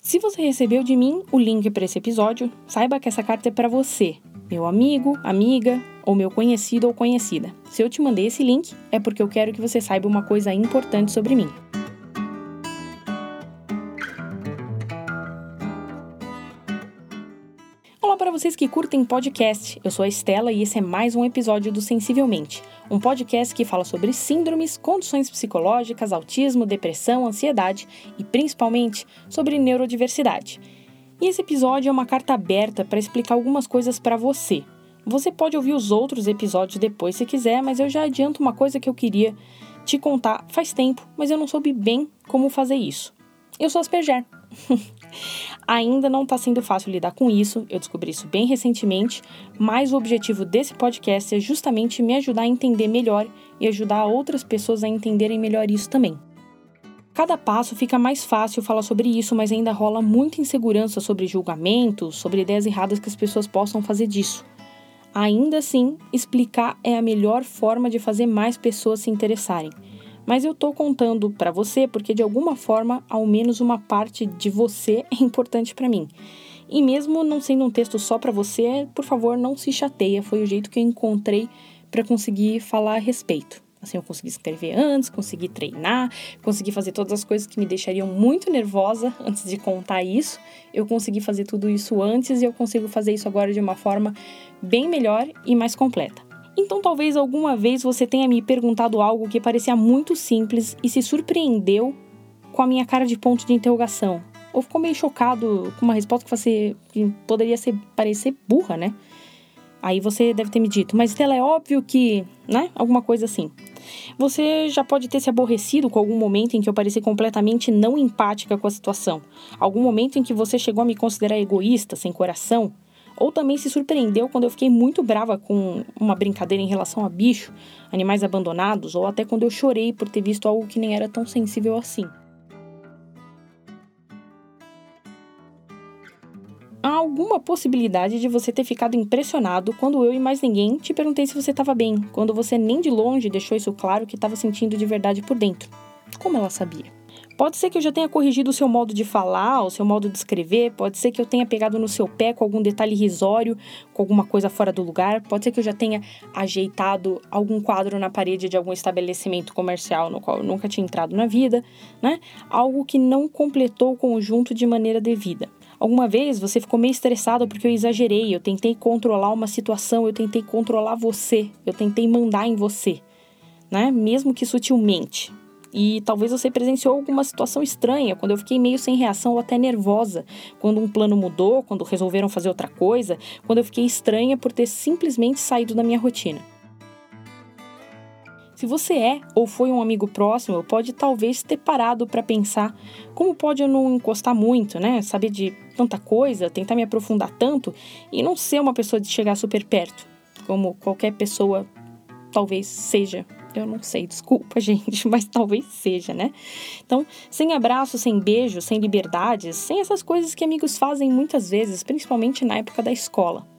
Se você recebeu de mim o link para esse episódio, saiba que essa carta é para você, meu amigo, amiga ou meu conhecido ou conhecida. Se eu te mandei esse link, é porque eu quero que você saiba uma coisa importante sobre mim. Olá para vocês que curtem podcast, eu sou a Estela e esse é mais um episódio do Sensivelmente, um podcast que fala sobre síndromes, condições psicológicas, autismo, depressão, ansiedade e principalmente sobre neurodiversidade. E esse episódio é uma carta aberta para explicar algumas coisas para você. Você pode ouvir os outros episódios depois se quiser, mas eu já adianto uma coisa que eu queria te contar faz tempo, mas eu não soube bem como fazer isso. Eu sou Asperger. Ainda não está sendo fácil lidar com isso, eu descobri isso bem recentemente, mas o objetivo desse podcast é justamente me ajudar a entender melhor e ajudar outras pessoas a entenderem melhor isso também. Cada passo fica mais fácil falar sobre isso, mas ainda rola muita insegurança sobre julgamentos, sobre ideias erradas que as pessoas possam fazer disso. Ainda assim, explicar é a melhor forma de fazer mais pessoas se interessarem. Mas eu tô contando pra você porque, de alguma forma, ao menos uma parte de você é importante pra mim. E mesmo não sendo um texto só pra você, por favor, não se chateia. Foi o jeito que eu encontrei pra conseguir falar a respeito. Assim, eu consegui escrever antes, consegui treinar, consegui fazer todas as coisas que me deixariam muito nervosa antes de contar isso. Eu consegui fazer tudo isso antes e eu consigo fazer isso agora de uma forma bem melhor e mais completa. Então talvez alguma vez você tenha me perguntado algo que parecia muito simples e se surpreendeu com a minha cara de ponto de interrogação. Ou ficou meio chocado com uma resposta que poderia parecer burra, né? Aí você deve ter me dito, mas Estela, é óbvio que, né? Alguma coisa assim. Você já pode ter se aborrecido com algum momento em que eu pareci completamente não empática com a situação. Algum momento em que você chegou a me considerar egoísta, sem coração. Ou também se surpreendeu quando eu fiquei muito brava com uma brincadeira em relação a bicho, animais abandonados, ou até quando eu chorei por ter visto algo que nem era tão sensível assim. Há alguma possibilidade de você ter ficado impressionado quando eu e mais ninguém te perguntei se você estava bem, quando você nem de longe deixou isso claro que estava sentindo de verdade por dentro. Como ela sabia? Pode ser que eu já tenha corrigido o seu modo de falar, o seu modo de escrever, pode ser que eu tenha pegado no seu pé com algum detalhe irrisório, com alguma coisa fora do lugar, pode ser que eu já tenha ajeitado algum quadro na parede de algum estabelecimento comercial no qual eu nunca tinha entrado na vida, né? Algo que não completou o conjunto de maneira devida. Alguma vez você ficou meio estressado porque eu exagerei, eu tentei controlar uma situação, eu tentei controlar você, eu tentei mandar em você, né? Mesmo que sutilmente. E talvez você presenciou alguma situação estranha, quando eu fiquei meio sem reação ou até nervosa, quando um plano mudou, quando resolveram fazer outra coisa, quando eu fiquei estranha por ter simplesmente saído da minha rotina. Se você é ou foi um amigo próximo, pode talvez ter parado para pensar como pode eu não encostar muito, né? Saber de tanta coisa, tentar me aprofundar tanto e não ser uma pessoa de chegar super perto, como qualquer pessoa talvez seja. Eu não sei, desculpa, gente, mas talvez seja, né? Então, sem abraço, sem beijo, sem liberdades, sem essas coisas que amigos fazem muitas vezes, principalmente na época da escola.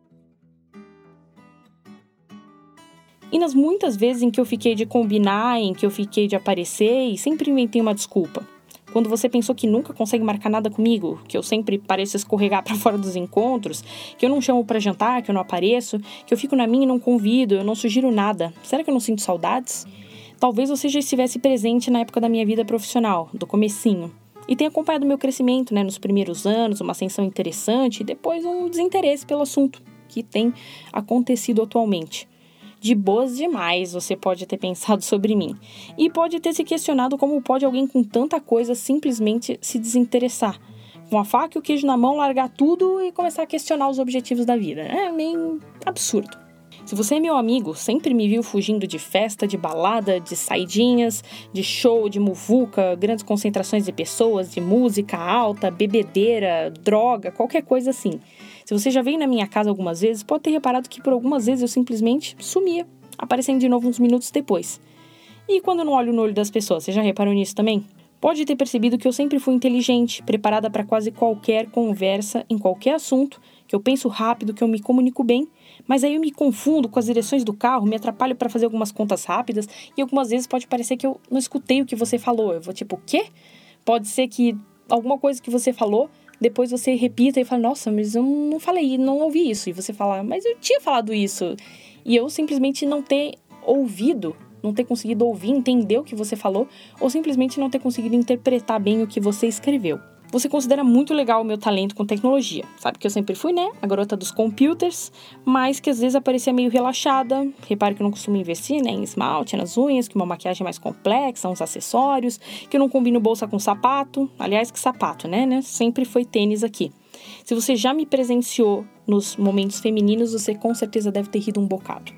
E nas muitas vezes em que eu fiquei de combinar, em que eu fiquei de aparecer e sempre inventei uma desculpa. Quando você pensou que nunca consegue marcar nada comigo, que eu sempre pareço escorregar pra fora dos encontros, que eu não chamo pra jantar, que eu não apareço, que eu fico na minha e não convido, eu não sugiro nada. Será que eu não sinto saudades? Talvez você já estivesse presente na época da minha vida profissional, do comecinho. E tenha acompanhado meu crescimento, né, nos primeiros anos, uma ascensão interessante e depois um desinteresse pelo assunto, que tem acontecido atualmente. De boas demais você pode ter pensado sobre mim. E pode ter se questionado como pode alguém com tanta coisa simplesmente se desinteressar. Com a faca e o queijo na mão, largar tudo e começar a questionar os objetivos da vida. É meio absurdo. Se você é meu amigo, sempre me viu fugindo de festa, de balada, de saidinhas, de show, de muvuca, grandes concentrações de pessoas, de música alta, bebedeira, droga, qualquer coisa assim. Se você já veio na minha casa algumas vezes, pode ter reparado que por algumas vezes eu simplesmente sumia, aparecendo de novo uns minutos depois. E quando eu não olho no olho das pessoas, você já reparou nisso também? Pode ter percebido que eu sempre fui inteligente, preparada para quase qualquer conversa, em qualquer assunto, que eu penso rápido, que eu me comunico bem, mas aí eu me confundo com as direções do carro, me atrapalho para fazer algumas contas rápidas e algumas vezes pode parecer que eu não escutei o que você falou. Eu vou tipo, o quê? Pode ser que alguma coisa que você falou, depois você repita e fala, nossa, mas eu não falei, não ouvi isso. E você fala, mas eu tinha falado isso. E eu simplesmente não ter ouvido, não ter conseguido ouvir, entender o que você falou, ou simplesmente não ter conseguido interpretar bem o que você escreveu. Você considera muito legal o meu talento com tecnologia. Sabe que eu sempre fui, a garota dos computers, mas que às vezes aparecia meio relaxada. Repare que eu não costumo investir, em esmalte, nas unhas, que uma maquiagem mais complexa, uns acessórios, que eu não combino bolsa com sapato. Aliás, que sapato, né? Sempre foi tênis aqui. Se você já me presenciou nos momentos femininos, você com certeza deve ter rido um bocado.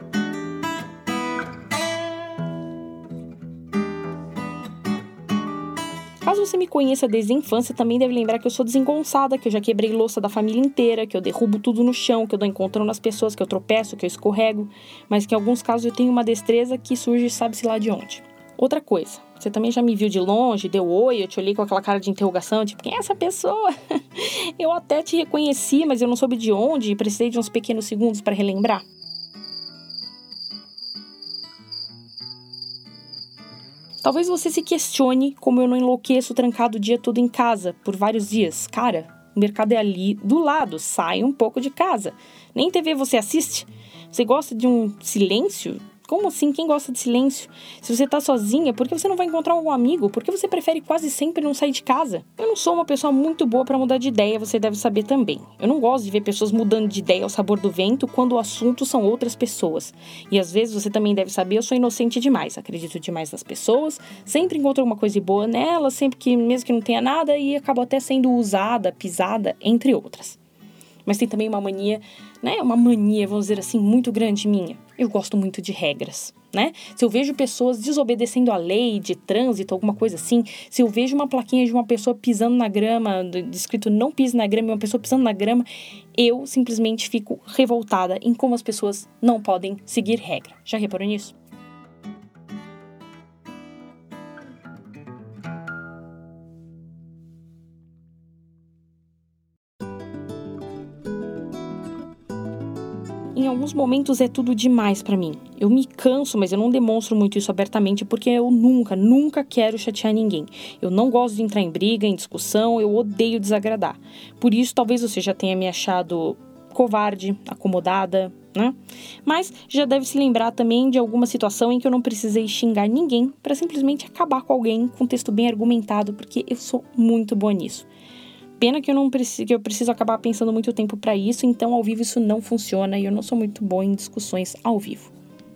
Caso você me conheça desde a infância, também deve lembrar que eu sou desengonçada, que eu já quebrei louça da família inteira, que eu derrubo tudo no chão, que eu dou encontrão nas pessoas, que eu tropeço, que eu escorrego, mas que em alguns casos eu tenho uma destreza que surge sabe-se lá de onde. Outra coisa, você também já me viu de longe, deu oi, eu te olhei com aquela cara de interrogação, tipo, quem é essa pessoa? Eu até te reconheci, mas eu não soube de onde e precisei de uns pequenos segundos para relembrar. Talvez você se questione como eu não enlouqueço trancado o dia todo em casa, por vários dias. Cara, o mercado é ali do lado, sai um pouco de casa. Nem TV você assiste? Você gosta de um silêncio? Como assim? Quem gosta de silêncio? Se você tá sozinha, por que você não vai encontrar algum amigo? Por que você prefere quase sempre não sair de casa? Eu não sou uma pessoa muito boa pra mudar de ideia, você deve saber também. Eu não gosto de ver pessoas mudando de ideia ao sabor do vento quando o assunto são outras pessoas. E às vezes você também deve saber, eu sou inocente demais, acredito demais nas pessoas, sempre encontro alguma coisa boa nelas, sempre que, mesmo que não tenha nada, e acabo até sendo usada, pisada, entre outras. Mas tem também uma mania, uma mania, vamos dizer assim, muito grande minha. Eu gosto muito de regras, Se eu vejo pessoas desobedecendo a lei de trânsito, alguma coisa assim, se eu vejo uma plaquinha de uma pessoa pisando na grama, escrito não pise na grama, e uma pessoa pisando na grama, eu simplesmente fico revoltada em como as pessoas não podem seguir regra. Já reparou nisso? Em alguns momentos é tudo demais pra mim. Eu me canso, mas eu não demonstro muito isso abertamente porque eu nunca quero chatear ninguém. Eu não gosto de entrar em briga, em discussão, eu odeio desagradar. Por isso, talvez você já tenha me achado covarde, acomodada, Mas já deve se lembrar também de alguma situação em que eu não precisei xingar ninguém pra simplesmente acabar com alguém com um texto bem argumentado, porque eu sou muito boa nisso. Pena que eu preciso acabar pensando muito tempo para isso, então ao vivo isso não funciona e eu não sou muito boa em discussões ao vivo.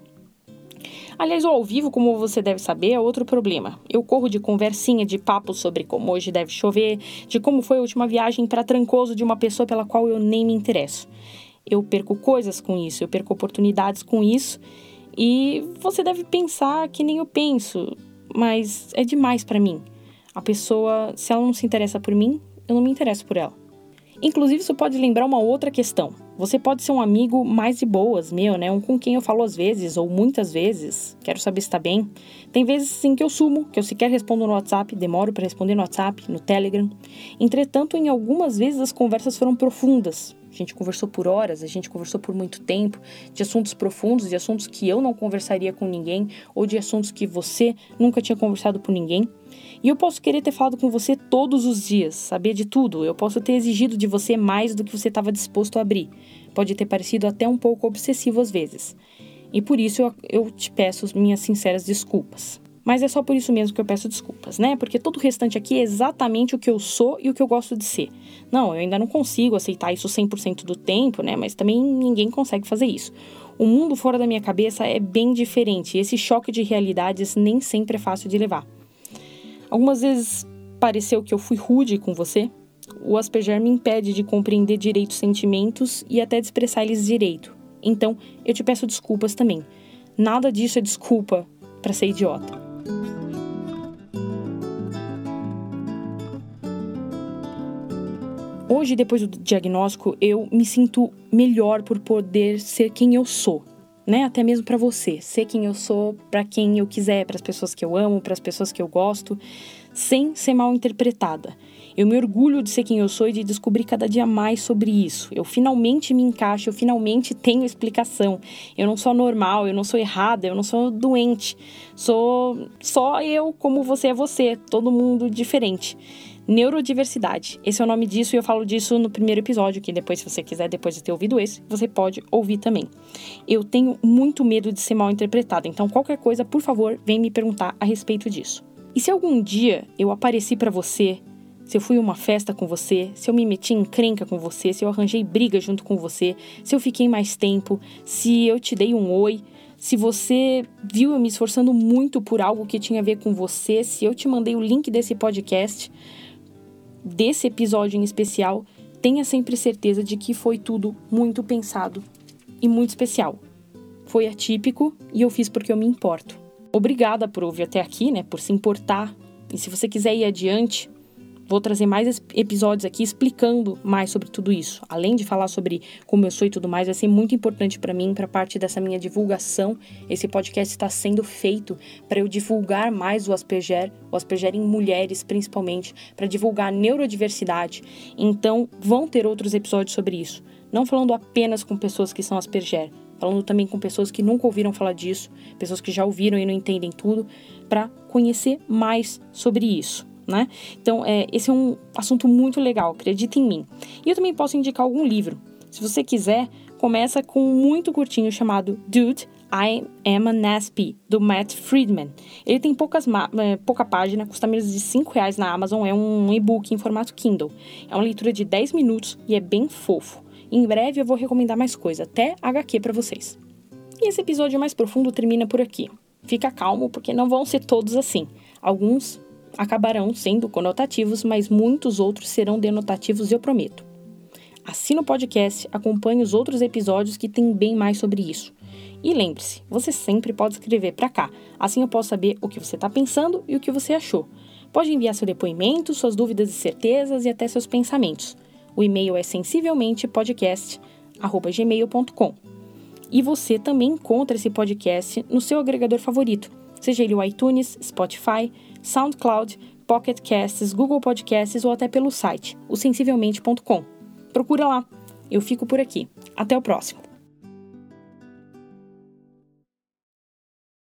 Aliás, o ao vivo, como você deve saber, é outro problema. Eu corro de conversinha, de papo sobre como hoje deve chover, de como foi a última viagem para Trancoso de uma pessoa pela qual eu nem me interesso. Eu perco coisas com isso, eu perco oportunidades com isso e você deve pensar que nem eu penso, mas é demais para mim. A pessoa, se ela não se interessa por mim, eu não me interesso por ela. Inclusive, isso pode lembrar uma outra questão. Você pode ser um amigo mais de boas, um com quem eu falo às vezes, ou muitas vezes. Quero saber se tá bem. Tem vezes, sim, que eu sumo, que eu sequer respondo no WhatsApp, demoro para responder no WhatsApp, no Telegram. Entretanto, em algumas vezes as conversas foram profundas. A gente conversou por horas, a gente conversou por muito tempo, de assuntos profundos, de assuntos que eu não conversaria com ninguém, ou de assuntos que você nunca tinha conversado com ninguém. E eu posso querer ter falado com você todos os dias, saber de tudo. Eu posso ter exigido de você mais do que você estava disposto a abrir. Pode ter parecido até um pouco obsessivo às vezes. E por isso eu te peço minhas sinceras desculpas. Mas é só por isso mesmo que eu peço desculpas, Porque todo o restante aqui é exatamente o que eu sou e o que eu gosto de ser. Não, eu ainda não consigo aceitar isso 100% do tempo, Mas também ninguém consegue fazer isso. O mundo fora da minha cabeça é bem diferente e esse choque de realidades nem sempre é fácil de levar. Algumas vezes pareceu que eu fui rude com você. O Asperger me impede de compreender direito os sentimentos e até de expressar eles direito. Então, eu te peço desculpas também. Nada disso é desculpa para ser idiota. Hoje, depois do diagnóstico, eu me sinto melhor por poder ser quem eu sou. Até mesmo para você, ser quem eu sou, para quem eu quiser, para as pessoas que eu amo, para as pessoas que eu gosto, sem ser mal interpretada. Eu me orgulho de ser quem eu sou e de descobrir cada dia mais sobre isso. Eu finalmente me encaixo, eu finalmente tenho explicação. Eu não sou normal, eu não sou errada, eu não sou doente. Sou só eu como você é você, todo mundo diferente. Neurodiversidade. Esse é o nome disso e eu falo disso no primeiro episódio, que depois, se você quiser, depois de ter ouvido esse, você pode ouvir também. Eu tenho muito medo de ser mal interpretada, então qualquer coisa, por favor, vem me perguntar a respeito disso. E se algum dia eu apareci pra você, se eu fui a uma festa com você, se eu me meti em encrenca com você, se eu arranjei briga junto com você, se eu fiquei mais tempo, se eu te dei um oi, se você viu eu me esforçando muito por algo que tinha a ver com você, se eu te mandei o link desse podcast, desse episódio em especial, tenha sempre certeza de que foi tudo muito pensado e muito especial. Foi atípico e eu fiz porque eu me importo. Obrigada por ouvir até aqui, por se importar. E se você quiser ir adiante, vou trazer mais episódios aqui explicando mais sobre tudo isso. Além de falar sobre como eu sou e tudo mais, vai ser muito importante para mim, para parte dessa minha divulgação. Esse podcast está sendo feito para eu divulgar mais o Asperger em mulheres principalmente, para divulgar a neurodiversidade. Então, vão ter outros episódios sobre isso. Não falando apenas com pessoas que são Asperger, falando também com pessoas que nunca ouviram falar disso, pessoas que já ouviram e não entendem tudo, para conhecer mais sobre isso. Então, esse é um assunto muito legal, acredita em mim. E eu também posso indicar algum livro. Se você quiser, começa com um muito curtinho chamado Dude, I Am an Asp, do Matt Friedman. Ele tem pouca página, custa menos de R$5 na Amazon, é um e-book em formato Kindle. É uma leitura de 10 minutos e é bem fofo. Em breve eu vou recomendar mais coisa, até HQ para vocês. E esse episódio mais profundo termina por aqui. Fica calmo, porque não vão ser todos assim. Alguns acabarão sendo conotativos, mas muitos outros serão denotativos, eu prometo. Assina o podcast, acompanhe os outros episódios que tem bem mais sobre isso. E lembre-se, você sempre pode escrever para cá, assim eu posso saber o que você está pensando e o que você achou. Pode enviar seu depoimento, suas dúvidas e certezas e até seus pensamentos. O e-mail é sensívelmentepodcast@gmail.com. E você também encontra esse podcast no seu agregador favorito, seja ele o iTunes, Spotify, SoundCloud, Pocket Casts, Google Podcasts ou até pelo site, o sensivelmente.com. Procura lá. Eu fico por aqui. Até o próximo.